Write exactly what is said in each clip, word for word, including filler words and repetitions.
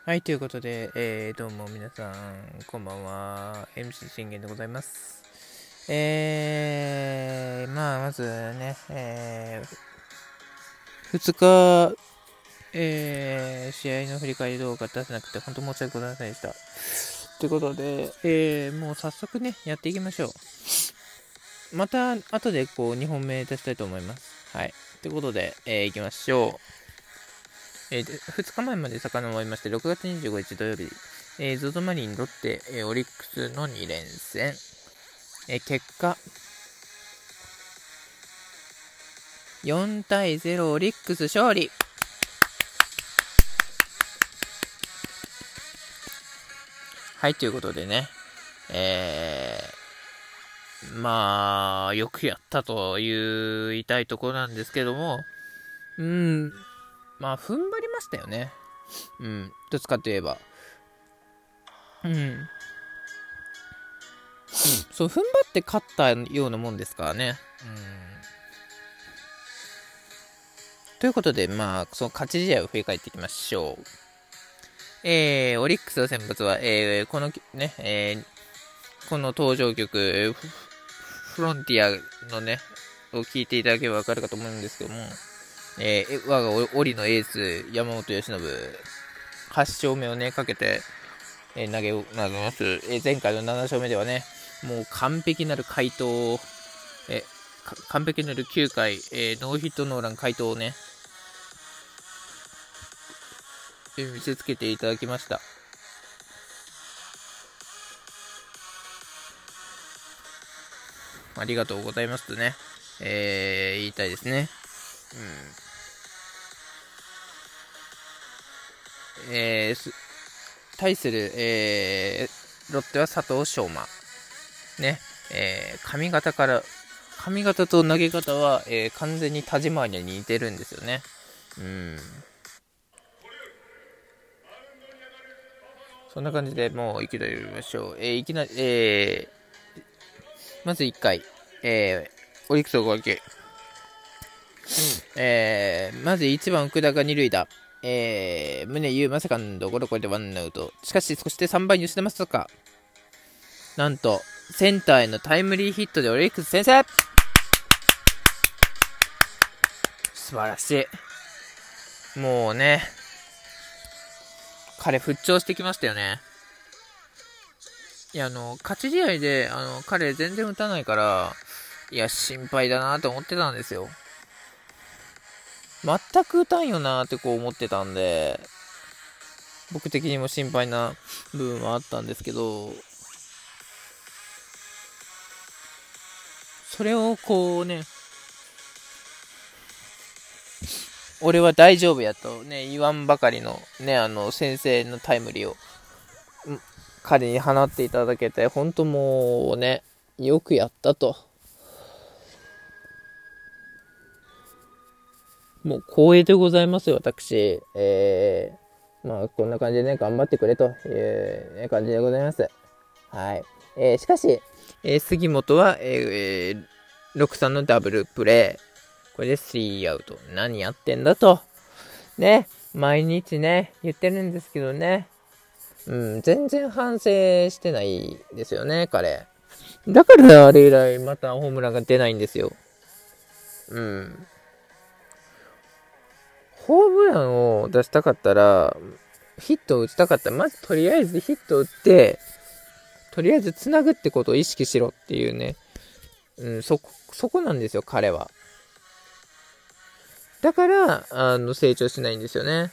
はい、ということで、えー、どうも皆さん、こんばんは。エムシー 信玄でございます。えー、まあ、まずね、えー、ふつか、えー、試合の振り返り動画出せなくて、本当申し訳ございませんでした。ということで、えー、もう早速ね、やっていきましょう。また、後でこう、にほんめ出したいと思います。はい。ということで、えー、いきましょう。えー、ふつかまえまで遡りまして、ろくがつにじゅうごにち土曜日、えー、ゾゾマリン、ロッテ、えー、オリックスのに連戦、えー、結果、よんたいゼロオリックス勝利。はい、ということでね、えー、まあ、よくやったと言いたいところなんですけども、うん、まあ、踏ん張りましたよね。うん、どっちかといえば。うん。そう、踏ん張って勝ったようなもんですからね。うん。ということで、まあ、その勝ち試合を振り返っていきましょう。えー、オリックスの先発は、えー、このね、えー、この登場曲、フロンティアのね、を聞いていただければわかるかと思うんですけども、えー、我が折のエース、山本由伸、はち勝目をね、かけて、えー、投げ、投げます。えー、前回のなな勝目ではね、もう完璧なる回答を、えー、完璧なるきゅうかい、えー、ノーヒットノーラン回答をね、見せつけていただきました。ありがとうございますとね、えー、言いたいですね。うん。えー、対する、えー、ロッテは佐藤翔馬。ね、えー、髪型から、髪型と投げ方は、えー、完全に田島に似てるんですよね。うん。そんな感じでもういきなりやりましょう。えー、いきなり、えー、まずいっかい、えー、オリックスの攻撃。えー、まずいちばん福田がに塁打。えー、宗優馬セカンドゴロこれでワンアウト。しかし、そしてさんばん吉田正尚。なんと、センターへのタイムリーヒットでオリックス先制。素晴らしい。もうね、彼復調してきましたよね。いや、あの、勝ち試合で、あの、彼全然打たないから、いや、心配だなと思ってたんですよ。全く打たんよなってこう思ってたんで、僕的にも心配な部分はあったんですけど、それをこうね、俺は大丈夫やとね、言わんばかりのね、あの、先生のタイムリーを、彼に放っていただけて、本当もうね、よくやったと。もう光栄でございますよ、私。えー、まあ、こんな感じでね、頑張ってくれという感じでございます。はい。えー、しかし、えー、杉本は、えー、ろくさんのダブルプレー。これでスリーアウト。何やってんだと。ね、毎日ね、言ってるんですけどね。うん、全然反省してないですよね、彼。だからあれ以来またホームランが出ないんですよ。うん。ホームランを出したかったら、ヒットを打ちたかったら、まずとりあえずヒットを打って、とりあえずつなぐってことを意識しろっていうね。うん、そこ、そこなんですよ、彼は。だから、あの、成長しないんですよね。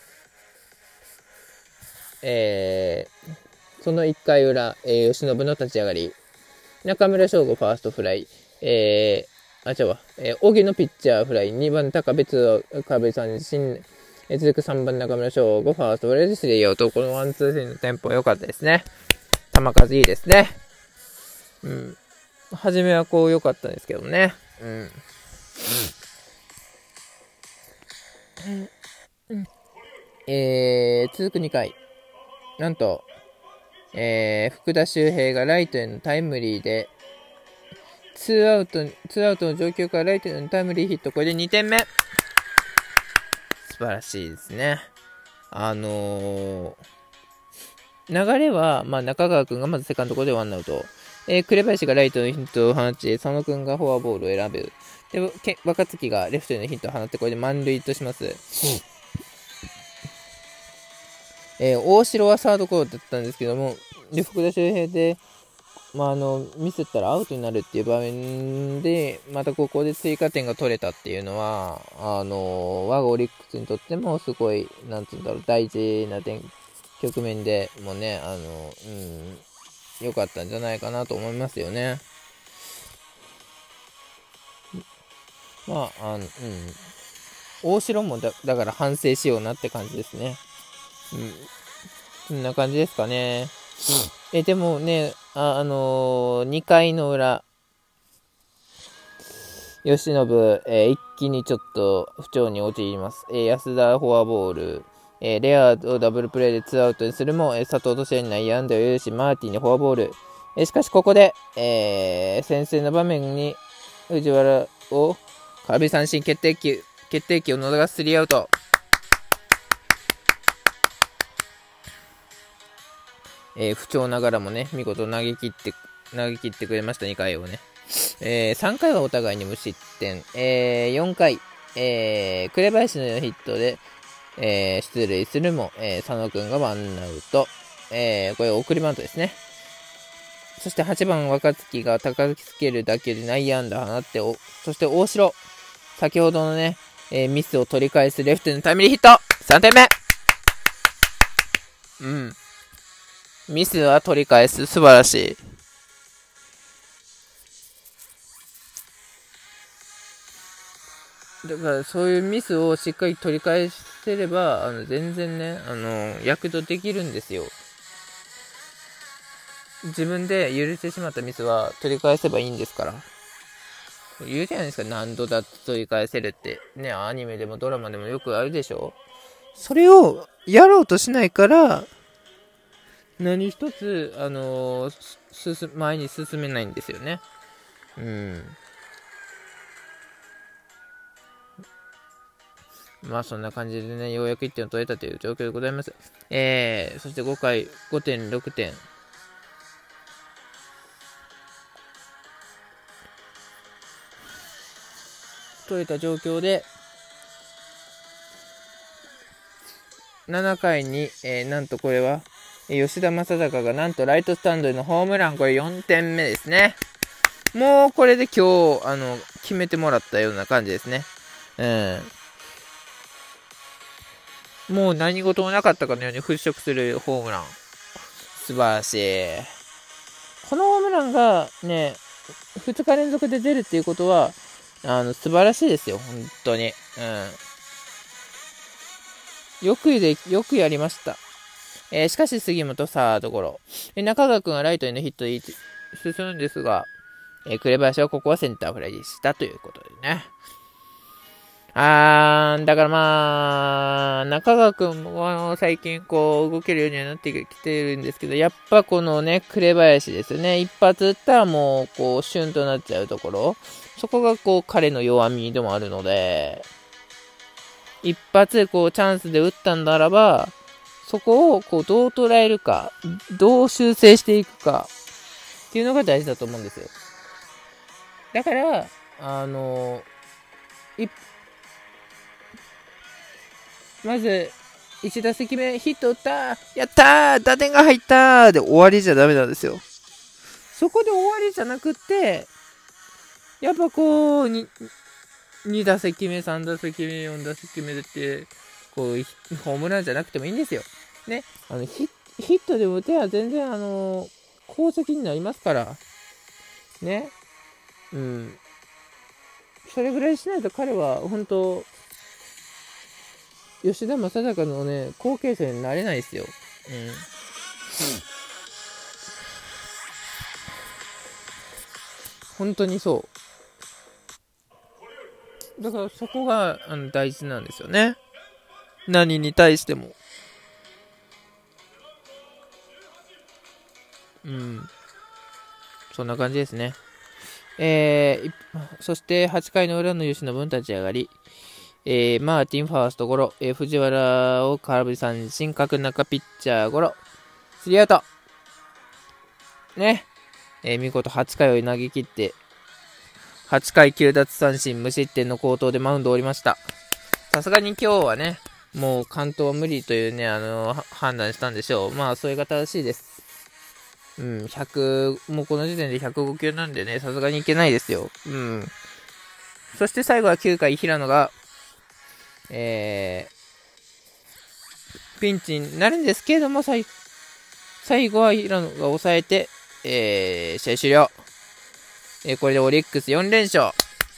えー、そのいっかい裏、えー、吉信の立ち上がり。中村翔吾ファーストフライ。えー、あ、違うわ。えー、荻のピッチャーフライ。にばん高別空振り三振。えー、続くさんばん中村翔吾ファーストフライでスリーアウト。このワンツースリーのテンポ良かったですね。球数いいですね。うん。初めはこう良かったんですけどね。うん。うん。えー、続くにかい。なんと、えー、福田周平がライトへのタイムリーで、ツーアウト、ツーアウトの状況からライトへのタイムリーヒット。これでにてんめ。素晴らしいですね。あのー、 流れは、まあ、中川君がまずセカンドゴロでワンアウト。えー、紅林がライトのヒットを放ち、佐野君がフォアボールを選ぶ。で、若月がレフトへのヒットを放って、これで満塁とします。うん、えー、大城はサードゴロだったんですけども、で、福田周平で、まあ、あのミスったらアウトになるっていう場面で、またここで追加点が取れたっていうのは、あの我がオリックスにとってもすごい、なんていうんだろう、大事な点局面でもね、あの、うん、良かったんじゃないかなと思いますよね。まあ、あの、うん。大城もだ、だから反省しようなって感じですね。うん。こんな感じですかね。え、でもね、あ、あのー、にかいの裏、吉信、えー、一気にちょっと不調に陥ります。えー、安田フォアボール、えー、レアードをダブルプレーでツーアウトにするも、えー、佐藤俊也に内野安打を許し、マーティンにフォアボール。えー、しかしここで、えー、先制の場面に藤原を空振り三振決定機、決定機を逃すスリーアウト。えー、不調ながらもね、見事投げ切って、投げ切ってくれました、にかいをね。えー、さんかいはお互いに無失点。えー、よんかい、えー、紅林のヒットで、えー、出塁するも、えー、佐野くんがワンアウト。えー、これ送りバントですね。そしてはちばん若月が高くつけるだけで内野安打放って、お、そして大城。先ほどのね、えー、ミスを取り返すレフトのタイムリーヒット !さんてんめ。うん。ミスは取り返す。素晴らしい。だからそういうミスをしっかり取り返せれば、あの全然ね、あの躍動できるんですよ。自分で許してしまったミスは取り返せばいいんですから。言うじゃないですか、何度だって取り返せるって。ね、アニメでもドラマでもよくあるでしょ。それをやろうとしないから、何一つ、あのー、前に進めないんですよね。うん。まあそんな感じでね、ようやくいってんを取れたという状況でございます。えー、そしてごかいごてん、ろくてん。取れた状況で、ななかいに、えー、なんとこれは、吉田正尚がなんとライトスタンドへのホームラン、これよんてんめですね。もうこれで今日、あの、決めてもらったような感じですね。うん。もう何事もなかったかのように払拭するホームラン。素晴らしい。このホームランがね、ふつか連続で出るっていうことは、あの、素晴らしいですよ。本当に。うん。よくで、よくやりました。えー、しかし杉本サードゴロ。中川君はライトへのヒットで進むんですが、えー、紅林はここはセンターフライでしたということでね。あー、だからまあ、中川くんも最近こう動けるようにはなってきてるんですけど、やっぱこのね、紅林ですよね。一発打ったらもう、こう、シュンとなっちゃうところ。そこがこう、彼の弱みでもあるので、一発こう、チャンスで打ったんならば、そこをこう、どう捉えるか、どう修正していくか、っていうのが大事だと思うんですよ。だから、あの、一まず、いち打席目、ヒット打ったやったー打点が入ったーで終わりじゃダメなんですよ。そこで終わりじゃなくって、やっぱこう、に、に打席目、さん打席目、よん打席目でって、こう、ホームランじゃなくてもいいんですよ。ね。あの、ヒヒットで打てば全然、あのー、功績になりますから。ね。うん。それぐらいしないと彼は、本当吉田正尚のね、後継者になれないですよ。うん。うん、本当にそう。だからそこがあの大事なんですよね。何に対しても。うん。そんな感じですね。えー、そしてはちかいの裏の吉野分立ち上がり。えー、マーティンファーストゴロ、えー、藤原を空振り三振、角中ピッチャーゴロ、 スリーアウト。ね。えー、見事はちかいを投げ切って、はちかいきゅう奪三振無失点の好投でマウンドを降りました。さすがに今日はね、もう完投は無理というね、あのー、判断したんでしょう。まあ、それが正しいです。うん、ひゃく、もうこの時点でひゃくごきゅうなんでね、さすがにいけないですよ。うん。そして最後はきゅうかい、平野が、えー、ピンチになるんですけれども、最後は平野が抑えて、えー、試合終了。えー、これでオリックスよん連勝。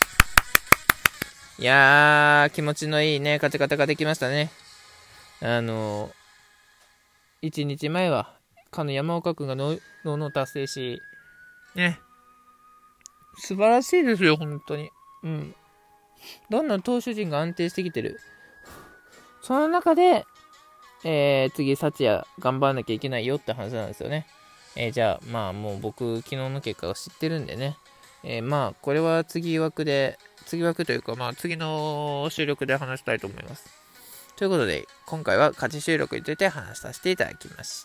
いやー、気持ちのいいね、勝ち方ができましたね。あのー、いちにちまえは、かの山岡君がノーノー達成し、ね、素晴らしいですよ、本当に。うん。どんどん投手陣が安定してきてる。その中で、えー、次、幸也頑張らなきゃいけないよって話なんですよね。えー、じゃあ、まあ、もう僕、昨日の結果を知ってるんでね。えー、まあ、これは次枠で、次枠というか、まあ、次の収録で話したいと思います。ということで、今回は勝ち収録について話させていただきました。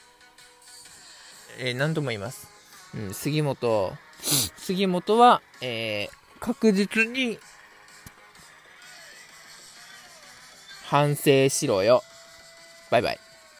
えー、何度も言います。うん、杉本、杉本は、えー、確実に、反省しろよ。バイバイ。